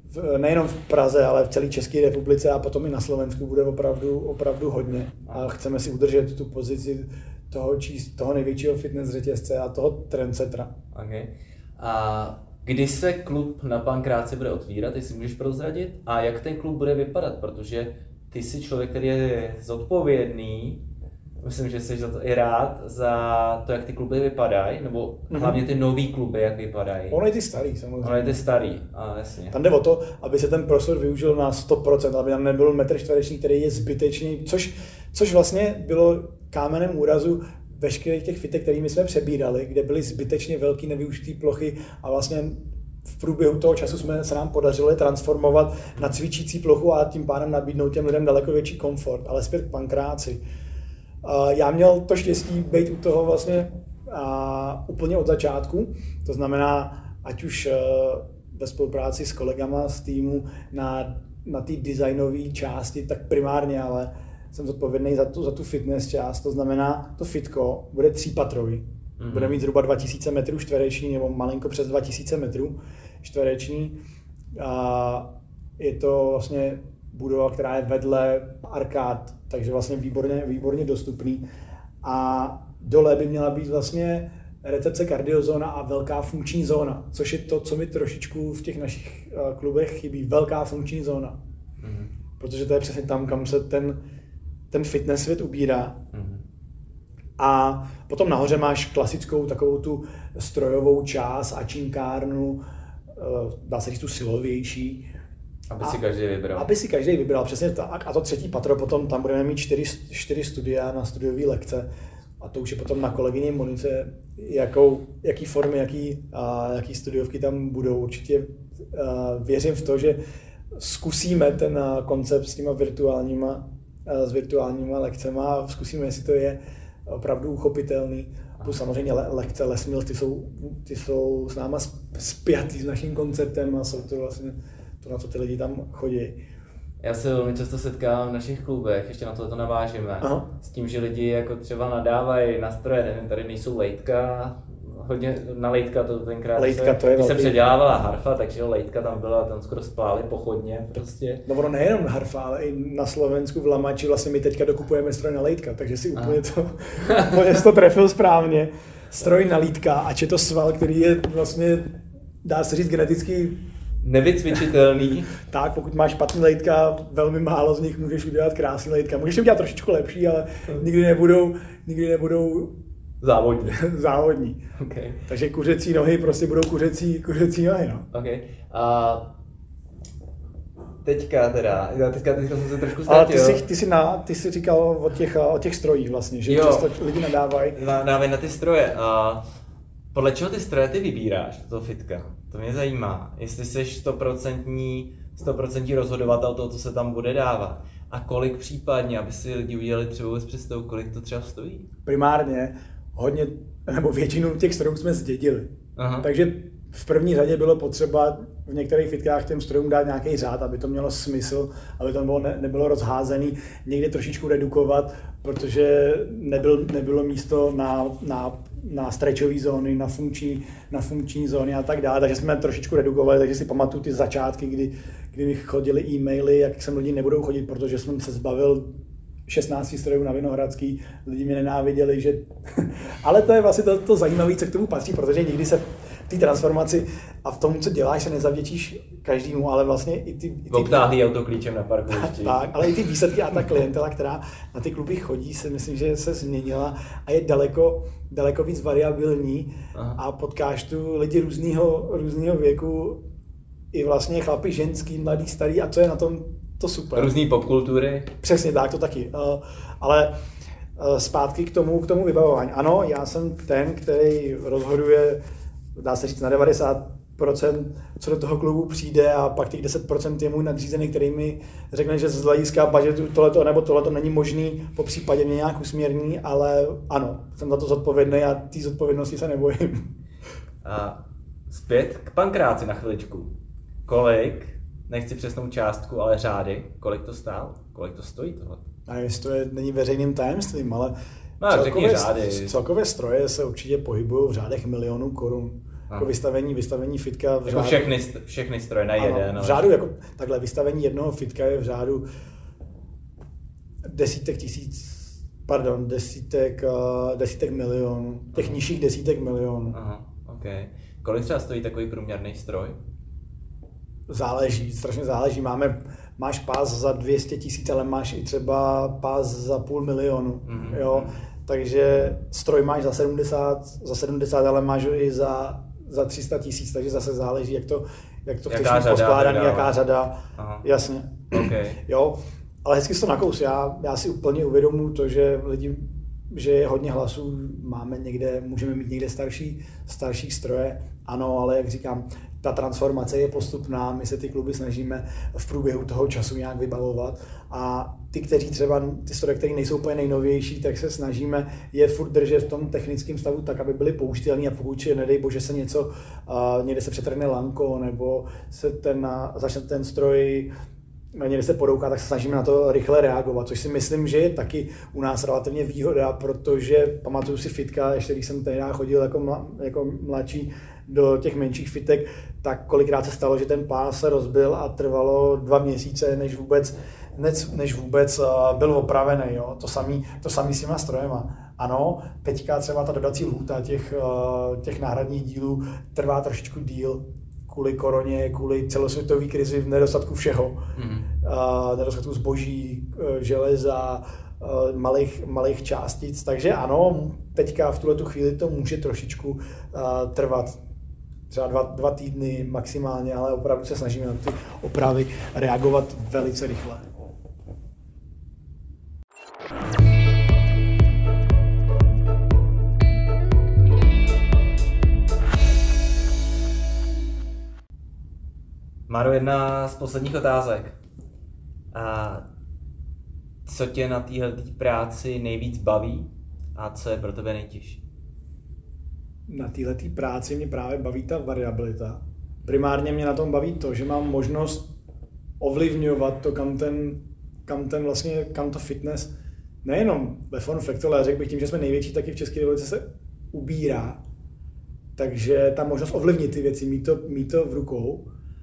v, nejenom v Praze, ale v celé České republice a potom i na Slovensku bude opravdu, opravdu hodně. A chceme si udržet tu pozici toho, číst, toho největšího fitness řetězce a toho trendsetra. Okay. A kdy se klub na Pankráci bude otvírat, jestli můžeš prozradit? A jak ten klub bude vypadat? Protože ty jsi člověk, který je zodpovědný, myslím, že jsi za to i rád, za to, jak ty kluby vypadají, nebo mm-hmm. hlavně ty nový kluby, jak vypadají. Ono je ty starý, samozřejmě. Ono je ty starý, a jasně. Tam jde o to, aby se ten prostor využil na sto procent, aby tam nebyl metr čtvereční, který je zbytečný, což, což vlastně bylo kámenem úrazu veškerých těch fitek, kterými jsme přebírali, kde byly zbytečně velké nevyužité plochy a vlastně v průběhu toho času jsme se nám podařilo je transformovat na cvičící plochu a tím pádem nabídnout těm lidem daleko větší komfort, ale zpět k Pankráci. Já měl to štěstí být u toho vlastně úplně od začátku, to znamená, ať už ve spolupráci s kolegama z týmu na, na té designové části, tak primárně, ale jsem zodpovědný za tu, za tu fitness část, to znamená, to fitko bude třípatrový. Mm-hmm. Bude mít zhruba dva tisíce metrů čtvereční nebo malinko přes dva tisíce metrů čtvereční. A je to vlastně budova, která je vedle arkád, takže vlastně výborně, výborně dostupný. A dole by měla být vlastně recepce kardiozóna a velká funkční zóna, což je to, co mi trošičku v těch našich klubech chybí, velká funkční zóna. Mm-hmm. Protože to je přesně tam, kam se ten, ten fitness svět ubírá. Mm-hmm. A potom nahoře máš klasickou takovou tu strojovou část a činkárnu, dá se říct tu silovější. Aby si každý vybral. Aby si každý vybral, přesně tak. A to třetí patro potom, tam budeme mít čtyři, čtyři studia na studiové lekce. A to už je potom na kolegyni Monice, jakou, jaký formy, jaký, a, jaký studiovky tam budou. Určitě a, věřím v to, že zkusíme ten koncept s těma virtuálníma, a, s virtuálníma lekcema a zkusíme, jestli to je opravdu uchopitelný. Plus samozřejmě le, lekce Les Mills, ty jsou, ty jsou s náma spjatý s naším konceptem a jsou to vlastně to, na co ty lidi tam chodí. Já se velmi často setkám v našich klubech, ještě na tohle to navážeme, Aha. s tím, že lidi jako třeba nadávají na stroje, nevím, tady nejsou lejtka, hodně na lejtka to tenkrát lejtka, se, to je se předělávala harfa, takže lejtka tam byla, tam skoro spláli pochodně prostě. No ono nejenom na harfa, ale i na Slovensku v Lamači vlastně my teďka dokupujeme stroj na lejtka, takže si úplně to, úplně to trefil správně. Stroj na lítka, ač je to sval, který je vlastně, dá se říct, geneticky nevycvičitelný. Tak, pokud máš špatný lejtka, velmi málo z nich můžeš udělat krásný lejtka. Můžeš je udělat trošičku lepší, ale nikdy nebudou, nikdy nebudou závodní. závodní. Okay. Takže kuřecí nohy prostě budou kuřecí, kuřecí nohy. No. Okay. A teďka teda, teďka, teďka jsem se trošku ztratil. Ale ty jsi, ty jsi, na, ty jsi říkal o těch, o těch strojích vlastně, že jo, často lidi nadávají. Nadávají na ty stroje. A podle čeho ty stroje ty vybíráš, toho fitka? To mě zajímá. Jestli jsi sto procent rozhodovatel toho, co se tam bude dávat. A kolik případně, aby si lidi udělali třeba vůbec představu, kolik to třeba stojí? Primárně hodně, nebo většinu těch strojů jsme zdědili. Aha. Takže v první řadě bylo potřeba v některých fitkách těm strojům dát nějaký řád, aby to mělo smysl, aby to nebylo, ne, nebylo rozházený, někde trošičku redukovat, protože nebyl, nebylo místo na, na, na stretchové zóny, na funkční, na funkční zóny a tak dále, takže jsme trošičku redukovali, takže si pamatuju ty začátky, kdy, kdy mi chodili e-maily, jak sem lidi nebudou chodit, protože jsem se zbavil šestnáct strojů na Vinohradský, lidi mě nenáviděli, že... Ale to je vlastně to, to zajímavé, co k tomu patří, protože nikdy se v té transformaci a v tom, co děláš, se nezavděčíš každému, ale vlastně i ty... I ty obtáhlý autoklíčem na parkovišti. Tak, ale i ty výsledky a ta klientela, která na ty kluby chodí, se myslím, že se změnila a je daleko, daleko víc variabilní. Aha. A potkáš tu lidi různýho, různýho věku, i vlastně chlapi, ženský, mladý, starý, a co je na tom to super. Různý popkultury. Přesně tak, to taky. Ale zpátky k tomu, k tomu vybavování. Ano, já jsem ten, který rozhoduje, dá se říct, na devadesát procent, co do toho klubu přijde, a pak těch deset procent je můj nadřízený, který mi řekne, že z hlediska budgetu tohleto nebo tohleto není možný, po případě mě nějak usměrní, ale ano, jsem za to zodpovědný a té zodpovědnosti se nebojím. A zpět k Pankráci na chviličku. Kolik, nechci přesnou částku, ale řády, kolik to stálo? Kolik to stojí tohle? A jestli to je, není veřejným tajemstvím, ale no, celkově, celkově stroje se určitě pohybují v řádech milionů korun. Jako vystavení, vystavení fitka v řádu... Jako všechny, všechny stroje na jeden. Ano, v řádu, jako takhle, vystavení jednoho fitka je v řádu desítek tisíc, pardon, desítek, uh, desítek milionů, těch aha. nižších desítek milionů. Aha, ok. Kolik třeba stojí takový průměrný stroj? Záleží, strašně záleží. Máme, máš pás za dvě stě tisíc, ale máš i třeba pás za půl milionu, mm-hmm. jo. Takže stroj máš za sedmdesát, za sedmdesát, ale máš ho i za, za tři sta tisíc, takže zase záleží, jak to, jak to chceš mít poskládaný, jaká řada. Aha. Jasně. Okay. Jo, ale hezky jsi to nakous. Já, já si úplně uvědomuji to, že lidi, že je hodně hlasů, máme někde, můžeme mít někde starší, starší stroje. Ano, ale jak říkám, ta transformace je postupná, my se ty kluby snažíme v průběhu toho času nějak vybavovat a ty, kteří třeba, ty stroje, které nejsou úplně nejnovější, tak se snažíme je furt držet v tom technickém stavu tak, aby byly použitelné a pokud, nedej bože, se něco, uh, někde se přetrhne lanko nebo se ten, uh, začne ten stroj někde se podouká, tak se snažíme na to rychle reagovat, což si myslím, že je taky u nás relativně výhoda, protože pamatuju si fitka, ještě když jsem tehdy chodil jako, mla, jako mladší do těch menších fitek, tak kolikrát se stalo, že ten pás se rozbil a trvalo dva měsíce, než vůbec, než, než vůbec byl opravený. Jo? To samý, to samý s těma strojema. Ano, teďka třeba ta dodací lhůta těch, těch náhradních dílů trvá trošičku díl, kvůli koroně, kvůli celosvětové krizi v nedostatku všeho. Mm. Uh, nedostatku zboží, železa, uh, malých, malých částic. Takže ano, teďka v tuhletu chvíli to může trošičku uh, trvat. Třeba dva, dva týdny maximálně, ale opravdu se snažíme na ty opravy reagovat velice rychle. Máro, jedna z posledních otázek. A co tě na téhle práci nejvíc baví a co je pro tebe nejtěžší? Na této práci mě právě baví ta variabilita. Primárně mě na tom baví to, že mám možnost ovlivňovat to, kam ten, kam ten vlastně, kam to fitness, nejenom ve Form Factor, ale řekl bych tím, že jsme největší, tak i v České republice se ubírá. Takže ta možnost ovlivnit ty věci, mít to, mít to v rukou.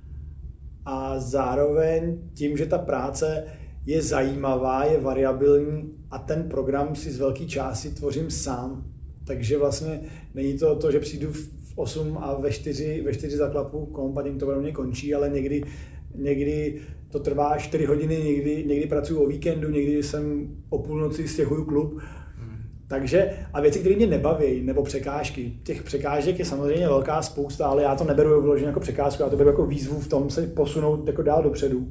A zároveň tím, že ta práce je zajímavá, je variabilní a ten program si z velké části tvořím sám. Takže vlastně není to to, že přijdu v osm a ve čtyři, ve čtyři zaklapu komp a tím to pro mě končí, ale někdy, někdy to trvá čtyři hodiny, někdy, někdy pracuji o víkendu, někdy jsem o půlnoci stěhuju klub. Hmm. Takže a věci, které mě nebaví, nebo překážky. Těch překážek je samozřejmě velká spousta, ale já to neberu vyloženě jako překážku, já to beru jako výzvu v tom se posunout jako dál dopředu.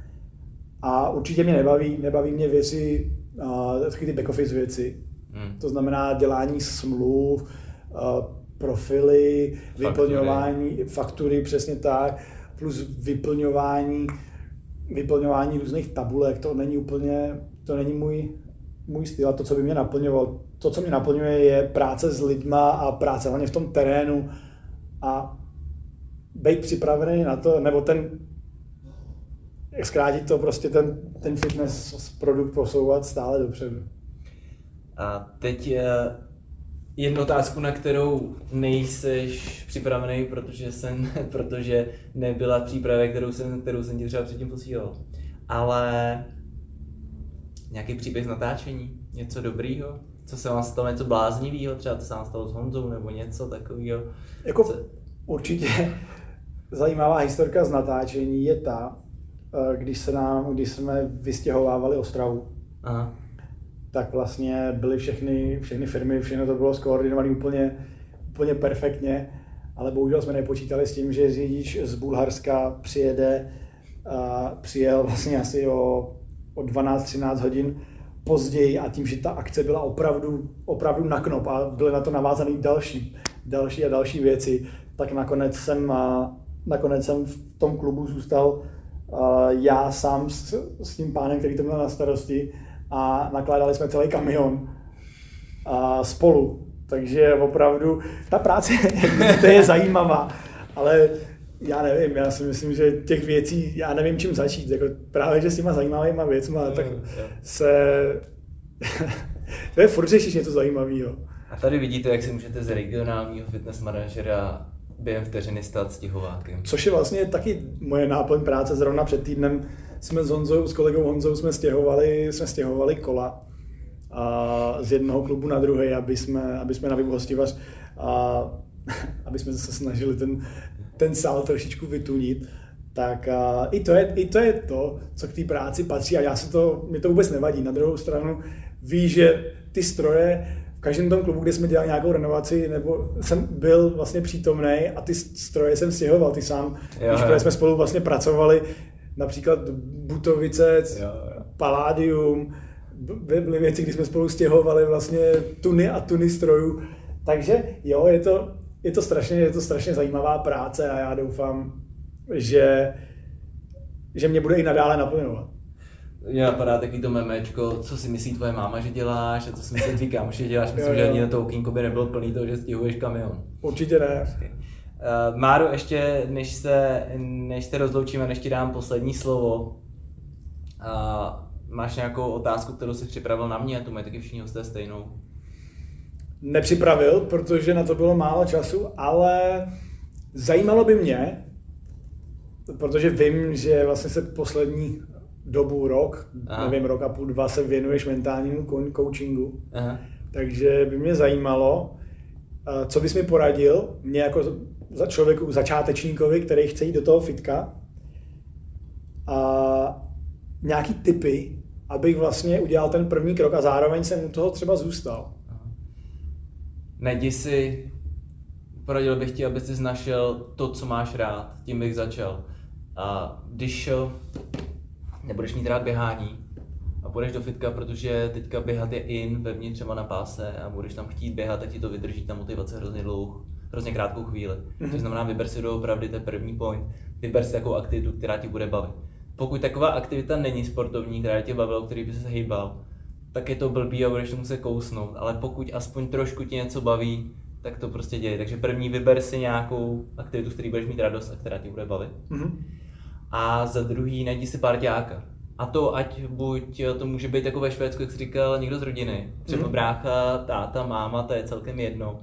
A určitě mě nebaví, nebaví mě věci, uh, taky ty back office věci. Hmm. To znamená dělání smluv, uh, profily, faktury. vyplňování faktury, přesně tak, plus vyplňování, vyplňování různých tabulek, to není úplně, to není můj, můj styl a to, co by mě naplňovalo. To, co mě naplňuje, je práce s lidma a práce hlavně v tom terénu a být připravený na to, nebo ten, jak zkrátit to, prostě ten, ten fitness produkt posouvat stále dopředu. A teď jednu otázku, na kterou nejseš připravený, protože, jsem, protože nebyla příprava, kterou jsem, kterou jsem ti třeba předtím posílal. Ale nějaký příběh z natáčení, něco dobrýho? Co se vám stalo, něco bláznivého, třeba to se vám stalo s Honzou nebo něco takového? Jako co... Určitě zajímavá historka z natáčení je ta, když, se nám, když jsme vystěhovávali Ostravu. Aha. Tak vlastně byly všechny, všechny firmy, všechno to bylo skoordinované úplně, úplně perfektně, ale bohužel jsme nepočítali s tím, že řidič z Bulharska přijede, a přijel vlastně asi o, o dvanáct třináct hodin později a tím, že ta akce byla opravdu, opravdu na knop a byly na to navázané další, další a další věci, tak nakonec jsem, nakonec jsem v tom klubu zůstal já sám s, s tím pánem, který to měl na starosti, a nakládali jsme celý kamion a spolu. Takže opravdu ta práce to je zajímavá, ale já nevím, já si myslím, že těch věcí, já nevím čím začít, jako právě že s těma zajímavýma věcma, tak se to je furt řešíš něco zajímavého. A tady vidíte, jak si můžete z regionálního fitness manažera během vteřiny stát stěhovákem. Což je vlastně taky moje náplň práce. Zrovna před týdnem jsme s Honzou, s kolegou Honzou jsme stěhovali, jsme stěhovali kola a z jednoho klubu na druhý, aby jsme, aby jsme na výbu hostivař a aby jsme se snažili ten, ten sál trošičku vytunit. Tak a i, to je, i to je to, co k té práci patří a já se to, mě to vůbec nevadí. Na druhou stranu víš, že ty stroje v každém tom klubu, kde jsme dělali nějakou renovaci, nebo jsem byl vlastně přítomnej a ty stroje jsem stěhoval, ty sám, jo, když jo. jsme spolu vlastně pracovali, například Butovice, jo, jo. Palladium, byly věci, kdy jsme spolu stěhovali vlastně tuny a tuny strojů, takže jo, je to, je to strašně, je to strašně zajímavá práce a já doufám, že, že mě bude i nadále naplňovat. Mě napadá taky to memečko, co si myslí tvoje máma, že děláš a co si myslí tvý kámoš, že děláš. Myslím, že ani na to okýnko by nebylo plný toho, že stěhuješ kamion. Určitě ne. Uh, Máro, ještě než se, než se rozloučíme, než ti dám poslední slovo, uh, máš nějakou otázku, kterou jsi připravil na mě a tu mají taky všichni hosté stejnou? Nepřipravil, protože na to bylo málo času, ale zajímalo by mě, protože vím, že vlastně se poslední dobu, rok, Aha. nevím, rok a půl, dva se věnuješ mentálnímu coachingu. Aha. Takže by mě zajímalo, co bys mi poradil, mě jako za člověku, začátečníkovi, který chce jít do toho fitka, a nějaký tipy, abych vlastně udělal ten první krok a zároveň jsem u toho třeba zůstal. Najdi si, poradil bych ti, aby jsi našel to, co máš rád, tím bych začal. A když nebudeš mít rád běhání a půjdeš do fitka, protože teďka běhat je in vevnitř třeba na páse a budeš tam chtít běhat, tak ti to vydrží ta motivace hrozně dlouho, hrozně krátkou chvíli. Mm-hmm. To znamená, vyber si doopravdy ten první point, vyber si takovou aktivitu, která ti bude bavit. Pokud taková aktivita není sportovní, která tě bavila, o který by se hejbal, tak je to blbý a budeš to muset kousnout, ale pokud aspoň trošku ti něco baví, tak to prostě dělej. Takže první vyber si nějakou aktivitu, z který budeš mít radost a která ti bude bavit. Mm-hmm. A za druhý najdi si parťáka. A to ať buď to může být jako ve Švédsku, jak jsi říkal, někdo z rodiny. Třeba mm-hmm. brácha, táta, máma, to je celkem jedno.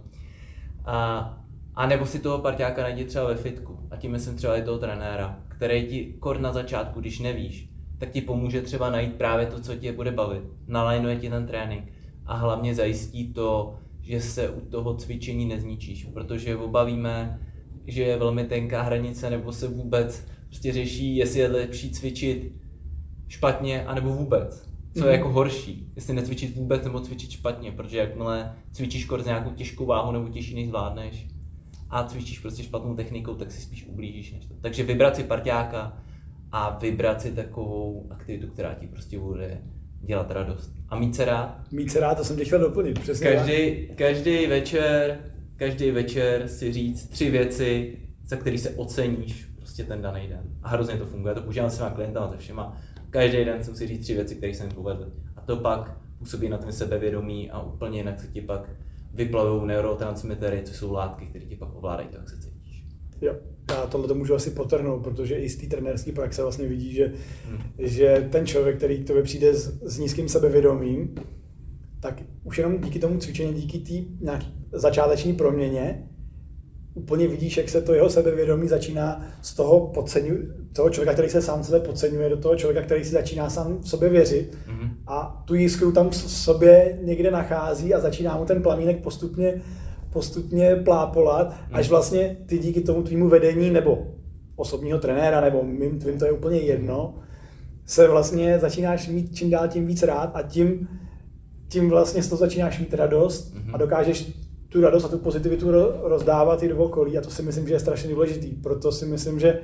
A, a nebo si toho parťáka najdi třeba ve fitku. A tím myslím třeba i toho trenéra, který ti kor na začátku, když nevíš, tak ti pomůže třeba najít právě to, co tě bude bavit. Nalajnuje ti ten trénink. A hlavně zajistí to, že se u toho cvičení nezničíš. Protože obavíme, že je velmi tenká hranice, nebo se vůbec prostě řeší, jestli je lepší cvičit špatně, anebo vůbec. Co je jako horší, jestli necvičit vůbec nebo cvičit špatně, protože jakmile cvičíš kor s nějakou těžkou váhu nebo těžší než zvládneš a cvičíš prostě špatnou technikou, tak si spíš ublížíš než to. Takže vybrat si parťáka a vybrat si takovou aktivitu, která ti prostě bude dělat radost. A mít se rád? Mít se rád, to jsem tě chtěl doplnit, přesně. Každý, každý večer, každý večer si říct tři věci, za které se oceníš prostě ten daný den. A hrozně to funguje, to používám se na klientama se všema. Každý den jsem si říct tři věci, které se mi povedly. A to pak působí na tvém sebevědomí a úplně jinak se ti pak vyplavou neurotransmitery, což jsou látky, které ti pak ovládají to, jak se cítíš. Jo, já tohle to můžu asi podtrhnout, protože i z té trenérské praxe vlastně vidí, že, hmm. že ten člověk, který k tobě přijde s, s nízkým sebevědomím, tak už jenom díky tomu cvičení, díky té nějaký začáteční proměně, úplně vidíš, jak se to jeho sebevědomí začíná z toho podceňu, toho člověka, který se sám sebe podceňuje, do toho člověka, který si začíná sám v sobě věřit mm-hmm. a tu jiskru tam v sobě někde nachází a začíná mu ten plamínek postupně, postupně plápolat, mm-hmm. až vlastně ty díky tomu tvýmu vedení nebo osobního trenéra nebo mým tvým, to je úplně jedno, se vlastně začínáš mít čím dál tím víc rád a tím, tím vlastně z toho začínáš mít radost mm-hmm. a dokážeš tu radost a tu pozitivitu rozdávat i do okolí a to si myslím, že je strašně důležitý. Proto si myslím, že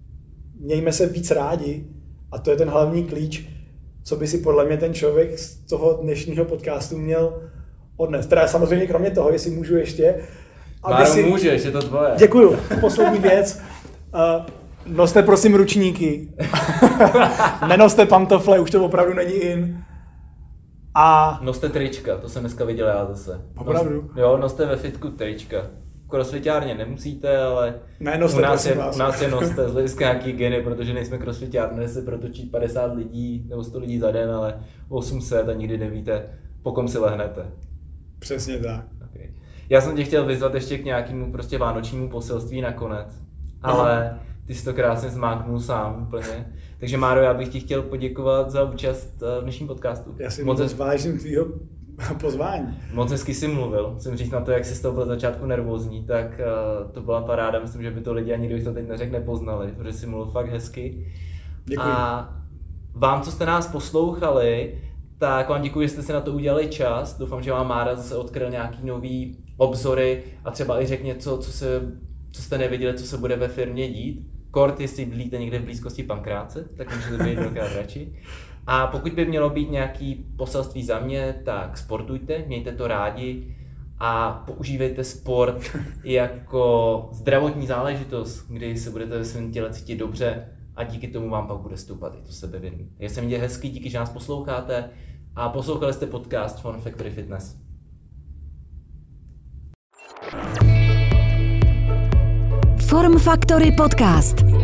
mějme se víc rádi a to je ten hlavní klíč, co by si podle mě ten člověk z toho dnešního podcastu měl odnést. Teda samozřejmě kromě toho, jestli můžu ještě... Máro, si... můžeš, je to tvoje. Děkuju. Poslední věc. Uh, noste prosím ručníky. Nenoste pantofle, už to opravdu není in. A... Noste trička, to jsem dneska viděl já zase. Opravdu? Nos, jo, noste ve fitku trička. Crossfitárně nemusíte, ale ne, noste, u, nás je, u nás je noste z hlediska nějaký geny, protože nejsme crossfitárny, kde se protočí padesát lidí nebo sto lidí za den, ale osm set a nikdy nevíte, po kom si lehnete. Přesně tak. Okay. Já jsem tě chtěl vyzvat ještě k nějakému prostě vánočnímu poselství nakonec, ale ty jsi to krásně zmáknul sám úplně. Takže Máro, já bych ti chtěl poděkovat za účast v dnešním podcastu. Já si moc vážím tvýho pozvání. Moc hezky jsi mluvil. Musím říct na to, jak jsi z toho byl začátku nervózní, tak uh, to byla paráda. Myslím, že by to lidi ani, kdybych to teď neřekl, nepoznali, protože jsi mluvil fakt hezky. Děkuji. A vám, co jste nás poslouchali, tak vám děkuji, že jste si na to udělali čas. Doufám, že vám Mára zase odkryl nějaký nový obzory a třeba i řekl něco, co, se, co jste nevěděli, co se bude ve firmě dít. Kort, jestli bydlíte někde v blízkosti Pankráce, tak můžete být jednokrát radši. A pokud by mělo být nějaký poselství za mě, tak sportujte, mějte to rádi a používejte sport jako zdravotní záležitost, kdy se budete ve svém těle cítit dobře a díky tomu vám pak bude stoupat i to sebevědomí. Takže se mějte hezky, díky, že nás posloucháte a poslouchali jste podcast Form Factory Fitness. Form Factory Podcast.